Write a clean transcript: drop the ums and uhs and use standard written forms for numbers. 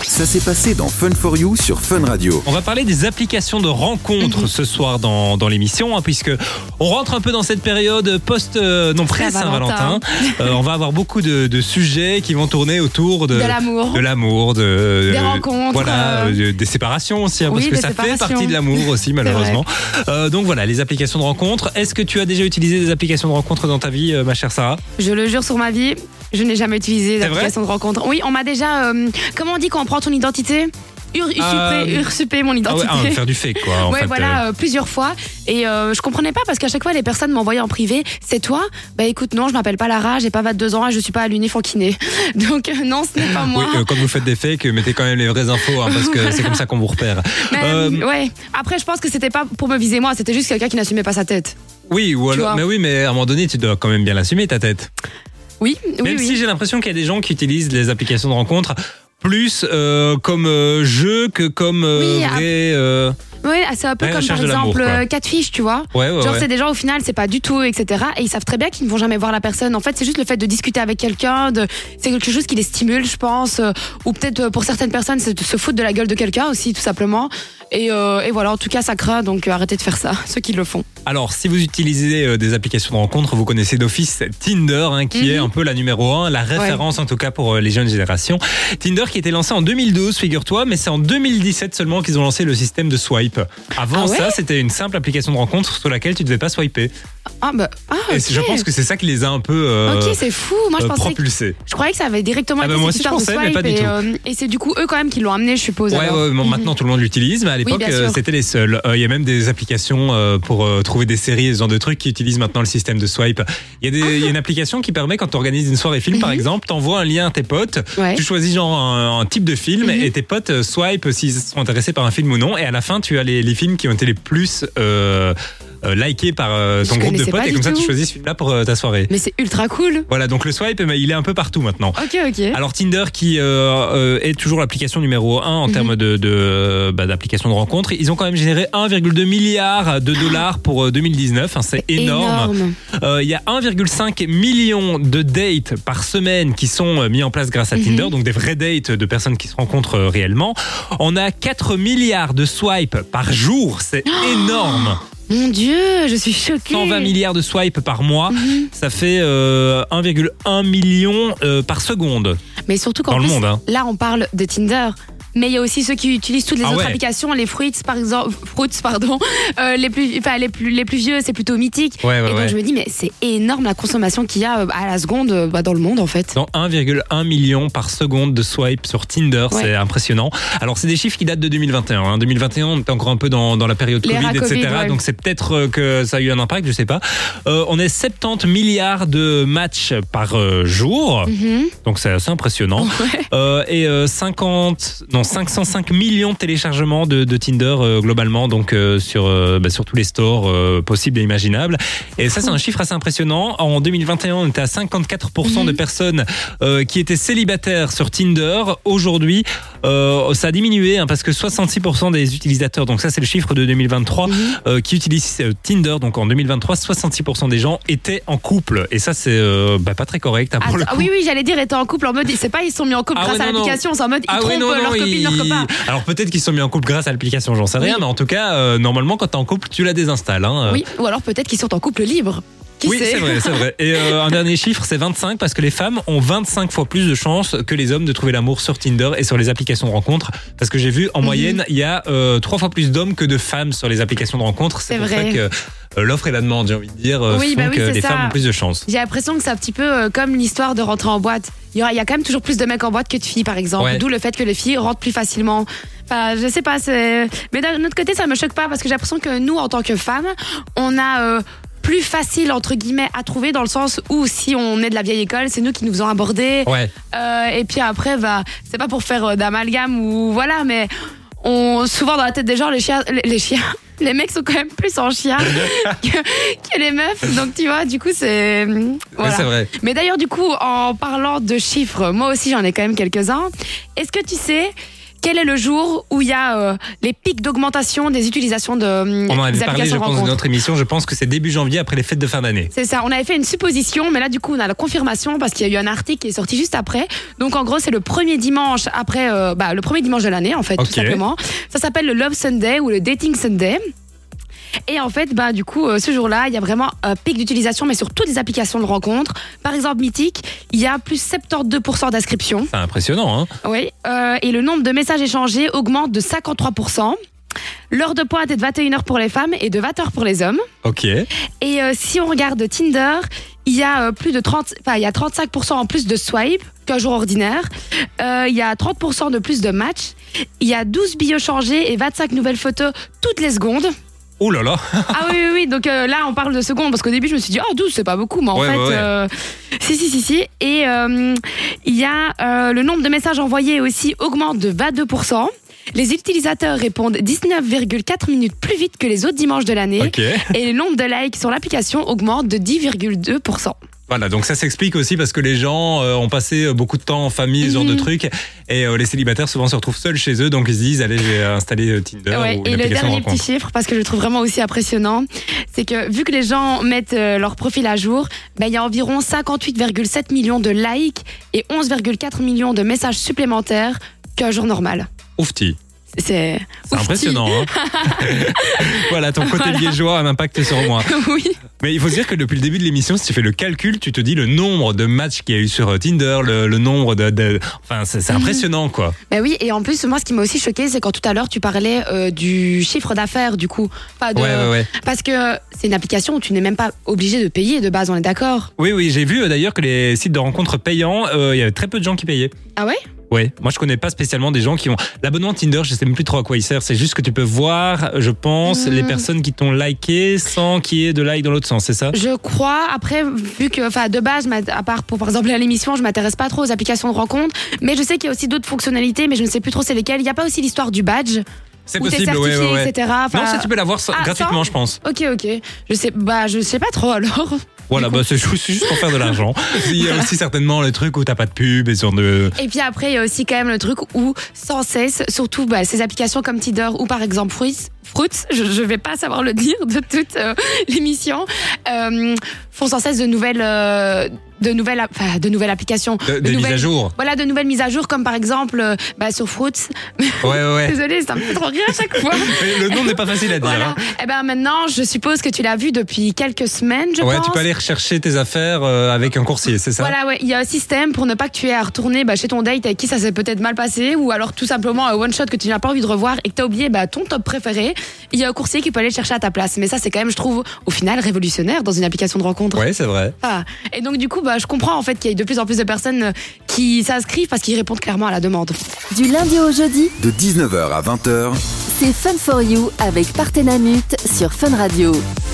Ça s'est passé dans Fun for You sur Fun Radio. On va parler des applications de rencontres ce soir dans l'émission, puisque on rentre un peu dans cette période pré-Saint-Valentin. On va avoir beaucoup de sujets qui vont tourner autour de l'amour, des rencontres, des séparations aussi, parce que ça fait partie de l'amour aussi, malheureusement. Donc voilà, les applications de rencontres. Est-ce que tu as déjà utilisé des applications de rencontres dans ta vie, ma chère Sarah ? Je le jure sur ma vie, je n'ai jamais utilisé d'application de rencontre. Oui, on m'a déjà... comment on dit quand on prend ton identité ? Usurper mon identité. Faire du fake, quoi. Plusieurs fois. Et je comprenais pas parce qu'à chaque fois, les personnes m'envoyaient en privé. C'est toi ? Bah écoute, non, je m'appelle pas Lara, j'ai pas 22 ans et je suis pas à l'UNIF en kiné. Donc non, ce n'est pas moi. Oui, quand vous faites des fakes, mettez quand même les vraies infos, parce que c'est comme ça qu'on vous repère. Ouais. Après, je pense que c'était pas pour me viser moi, c'était juste quelqu'un qui n'assumait pas sa tête. Oui, ou alors, mais à un moment donné, tu dois quand même bien l'assumer, ta tête. Oui. Même si j'ai l'impression qu'il y a des gens qui utilisent les applications de rencontres plus comme jeu que comme vrai... Oui, c'est un peu comme par exemple Catfish, tu vois. C'est des gens au final, c'est pas du tout, etc. Et ils savent très bien qu'ils ne vont jamais voir la personne. En fait, c'est juste le fait de discuter avec quelqu'un, c'est quelque chose qui les stimule, je pense. Ou peut-être pour certaines personnes, c'est de se foutre de la gueule de quelqu'un aussi, tout simplement. Et voilà, en tout cas, ça craint, donc arrêtez de faire ça, ceux qui le font. Alors, si vous utilisez des applications de rencontres, vous connaissez d'office Tinder, qui est un peu la numéro 1, la référence en tout cas pour les jeunes générations. Tinder qui a été lancé en 2012, figure-toi, mais c'est en 2017 seulement qu'ils ont lancé le système de swipe. Avant ça, c'était une simple application de rencontre sur laquelle tu devais pas swiper. Et je pense que c'est ça qui les a un peu c'est fou. Moi, je pensais propulsés. Je croyais que ça avait directement été moi aussi je pensais, mais pas du tout. Et c'est du coup eux quand même qui l'ont amené, je suppose. Maintenant tout le monde l'utilise, mais à l'époque c'était les seuls. Il y a même des applications pour trouver des séries, ce genre de trucs qui utilisent maintenant le système de swipe. Il y a une application qui permet, quand tu organises une soirée film par exemple, t'envoies un lien à tes potes, tu choisis genre un type de film et tes potes swipe s'ils sont intéressés par un film ou non, et à la fin tu as les films qui ont été les plus likés par ton groupe de potes, et comme ça tu choisis ce film-là pour ta soirée. Mais c'est ultra cool. Voilà, donc le swipe, il est un peu partout maintenant. Ok. Alors Tinder qui est toujours l'application numéro 1 en termes d'application de rencontre. Ils ont quand même généré 1,2 milliard de dollars pour 2019. C'est énorme. Il y a 1,5 million de dates par semaine qui sont mis en place grâce à Tinder, donc des vraies dates de personnes qui se rencontrent réellement. On a 4 milliards de swipes par jour, c'est énorme. Mon Dieu, je suis choquée. 120 milliards de swipes par mois, ça fait 1,1 million par seconde. Mais surtout qu'en plus, là on parle de Tinder. Mais il y a aussi ceux qui utilisent toutes les autres applications, les Fruits par exemple, les plus vieux, c'est plutôt Mythique. Donc je me dis, mais c'est énorme la consommation qu'il y a à la seconde dans le monde en fait. Dans 1,1 million par seconde de swipe sur Tinder, c'est impressionnant. Alors c'est des chiffres qui datent de 2021. 2021, on était encore un peu dans la période Covid, etc. Donc c'est peut-être que ça a eu un impact, je sais pas. On est 70 milliards de matchs par jour, donc c'est assez impressionnant. Et 505 millions de téléchargements de Tinder globalement, donc sur tous les stores possibles et imaginables. Et ça, c'est un chiffre assez impressionnant. En 2021, on était à 54% de personnes qui étaient célibataires sur Tinder. Aujourd'hui, ça a diminué parce que 66% des utilisateurs, donc ça c'est le chiffre de 2023, qui utilisent Tinder. Donc en 2023, 66% des gens étaient en couple. Et ça, c'est pas très correct pour le coup. Oui, j'allais dire étaient en couple en mode, c'est pas ils sont mis en couple grâce à l'application, c'est en mode ils trompent leur copine, leur copain. Alors peut-être qu'ils sont mis en couple grâce à l'application, j'en sais rien, mais en tout cas, normalement quand t'es en couple, tu la désinstalles. Oui, ou alors peut-être qu'ils sont en couple libre. Oui, c'est vrai. Et un dernier chiffre, c'est 25, parce que les femmes ont 25 fois plus de chances que les hommes de trouver l'amour sur Tinder et sur les applications de rencontres. Parce que j'ai vu, en moyenne, il y a 3 fois plus d'hommes que de femmes sur les applications de rencontres. C'est pour ça que l'offre et la demande, j'ai envie de dire, font que les femmes ont plus de chances. J'ai l'impression que c'est un petit peu comme l'histoire de rentrer en boîte. Il y a quand même toujours plus de mecs en boîte que de filles, par exemple. D'où le fait que les filles rentrent plus facilement. Enfin, je sais pas, mais d'un autre côté, ça me choque pas parce que j'ai l'impression que nous, en tant que femmes, on a plus facile entre guillemets à trouver, dans le sens où si on est de la vieille école, c'est nous qui nous faisons aborder. Et puis après, c'est pas pour faire d'amalgame ou voilà, mais souvent dans la tête des gens, les chiens, les mecs sont quand même plus en chien que les meufs. Donc tu vois, du coup c'est voilà. C'est vrai. Mais d'ailleurs, du coup, en parlant de chiffres, moi aussi j'en ai quand même quelques-uns. Est-ce que tu sais quel est le jour où il y a les pics d'augmentation des utilisations de On en avait parlé, je pense, de notre émission. Je pense que c'est début janvier, après les fêtes de fin d'année. C'est ça. On avait fait une supposition, mais là, du coup, on a la confirmation parce qu'il y a eu un article qui est sorti juste après. Donc, en gros, c'est le premier dimanche après, le premier dimanche de l'année, en fait, tout simplement. Ça s'appelle le Love Sunday ou le Dating Sunday. Et en fait, du coup, ce jour-là, il y a vraiment un pic d'utilisation, mais sur toutes les applications de rencontres. Par exemple, Mythique, il y a plus 72% d'inscriptions. C'est impressionnant, hein? Oui. Et le nombre de messages échangés augmente de 53%. L'heure de pointe est de 21h pour les femmes et de 20h pour les hommes. Ok. Et si on regarde Tinder, il y a il y a 35% en plus de swipe qu'un jour ordinaire. Il y a 30% de plus de matchs. Il y a 12 bios changés et 25 nouvelles photos toutes les secondes. Oh là là. Ah oui. Donc là, on parle de secondes parce qu'au début, je me suis dit, 12, c'est pas beaucoup. Mais en fait, si. Et il y a le nombre de messages envoyés aussi augmente de 22%. Les utilisateurs répondent 19,4 minutes plus vite que les autres dimanches de l'année. Okay. Et le nombre de likes sur l'application augmente de 10,2%. Voilà, donc ça s'explique aussi parce que les gens ont passé beaucoup de temps en famille, ce genre de trucs, et les célibataires souvent se retrouvent seuls chez eux, donc ils se disent allez, je vais installer Tinder ou une application de rencontre. Et le dernier petit chiffre, parce que je le trouve vraiment aussi impressionnant, c'est que vu que les gens mettent leur profil à jour, il y a environ 58,7 millions de likes et 11,4 millions de messages supplémentaires qu'un jour normal. Oufti. C'est impressionnant. Hein. Voilà, ton côté liégeois a un impact sur moi. Oui. Mais il faut se dire que depuis le début de l'émission, si tu fais le calcul, tu te dis le nombre de matchs qu'il y a eu sur Tinder, le nombre de... Enfin, c'est impressionnant, quoi. Ben oui, et en plus, moi, ce qui m'a aussi choqué, c'est quand tout à l'heure, tu parlais du chiffre d'affaires, du coup. Ouais. Parce que c'est une application où tu n'es même pas obligé de payer de base, on est d'accord? Oui, j'ai vu d'ailleurs que les sites de rencontres payants, il y avait très peu de gens qui payaient. Ah ouais? Ouais, moi je connais pas spécialement des gens qui ont l'abonnement Tinder, je sais même plus trop à quoi il sert, c'est juste que tu peux voir, je pense, les personnes qui t'ont liké sans qu'il y ait de like dans l'autre sens, c'est ça? Je crois, après, vu que, de base, à part pour par exemple à l'émission, je m'intéresse pas trop aux applications de rencontres, mais je sais qu'il y a aussi d'autres fonctionnalités, mais je ne sais plus trop c'est lesquelles. Il n'y a pas aussi l'histoire du badge? C'est possible, ouais. Etc. Non, ça tu peux l'avoir gratuitement, je pense. Ok. Je sais pas trop alors. Voilà, c'est juste pour faire de l'argent. Il y a aussi certainement le truc où t'as pas de pub et sur de... Et puis après, il y a aussi quand même le truc où sans cesse, surtout ces applications comme Tinder ou par exemple Fruits, je vais pas savoir le dire de toute l'émission, font sans cesse de nouvelles applications. Des mises à jour. Voilà, de nouvelles mises à jour, comme par exemple sur Fruits. Ouais. Désolée, ça me fait trop rire à chaque fois. Mais le nom n'est pas facile à dire. Voilà. Hein. Maintenant, je suppose que tu l'as vu depuis quelques semaines, je pense. Ouais, tu peux aller rechercher tes affaires avec un coursier, c'est ça? Voilà, ouais. Il y a un système pour ne pas que tu aies à retourner chez ton date avec qui ça s'est peut-être mal passé, ou alors tout simplement un one shot que tu n'as pas envie de revoir et que tu as oublié ton top préféré. Il y a un coursier qui peut aller le chercher à ta place. Mais ça, c'est quand même, je trouve, au final, révolutionnaire dans une application de rencontre. Ouais, c'est vrai. Et donc, du coup, je comprends en fait qu'il y ait de plus en plus de personnes qui s'inscrivent parce qu'ils répondent clairement à la demande. Du lundi au jeudi, de 19h à 20h, c'est Fun for You avec Partenamut sur Fun Radio.